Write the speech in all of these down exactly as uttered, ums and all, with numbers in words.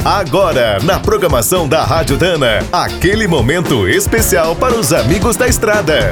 Agora, na programação da Rádio Dana, aquele momento especial para os amigos da estrada.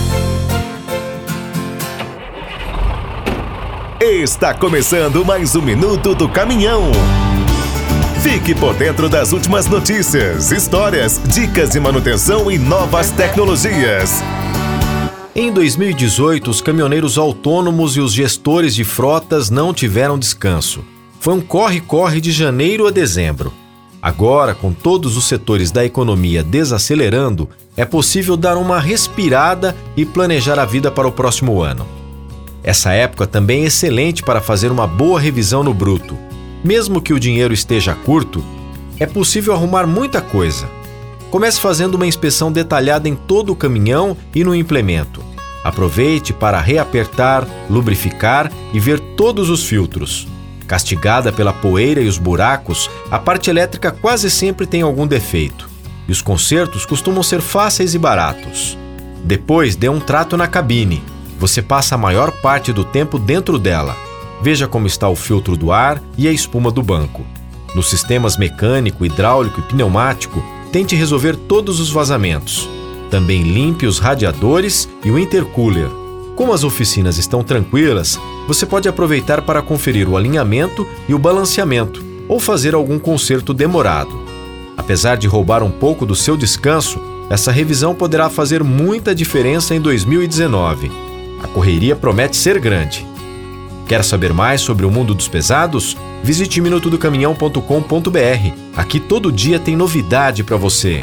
Está começando mais um Minuto do Caminhão. Fique por dentro das últimas notícias, histórias, dicas de manutenção e novas tecnologias. Em dois mil e dezoito, os caminhoneiros autônomos e os gestores de frotas não tiveram descanso. Foi um corre-corre de janeiro a dezembro. Agora, com todos os setores da economia desacelerando, é possível dar uma respirada e planejar a vida para o próximo ano. Essa época também é excelente para fazer uma boa revisão no bruto. Mesmo que o dinheiro esteja curto, é possível arrumar muita coisa. Comece fazendo uma inspeção detalhada em todo o caminhão e no implemento. Aproveite para reapertar, lubrificar e ver todos os filtros. Castigada pela poeira e os buracos, a parte elétrica quase sempre tem algum defeito. E os consertos costumam ser fáceis e baratos. Depois, dê um trato na cabine. Você passa a maior parte do tempo dentro dela. Veja como está o filtro do ar e a espuma do banco. Nos sistemas mecânico, hidráulico e pneumático, tente resolver todos os vazamentos. Também limpe os radiadores e o intercooler. Como as oficinas estão tranquilas, você pode aproveitar para conferir o alinhamento e o balanceamento, ou fazer algum conserto demorado. Apesar de roubar um pouco do seu descanso, essa revisão poderá fazer muita diferença em dois mil e dezenove. A correria promete ser grande. Quer saber mais sobre o mundo dos pesados? Visite minuto do caminhão ponto com ponto b r. Aqui todo dia tem novidade para você.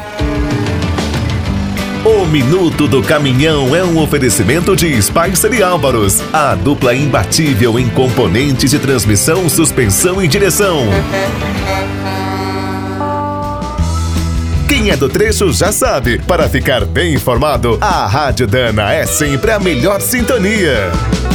O Minuto do Caminhão é um oferecimento de Spicer e Álvaros, a dupla imbatível em componentes de transmissão, suspensão e direção. Quem é do trecho já sabe, para ficar bem informado, a Rádio Dana é sempre a melhor sintonia.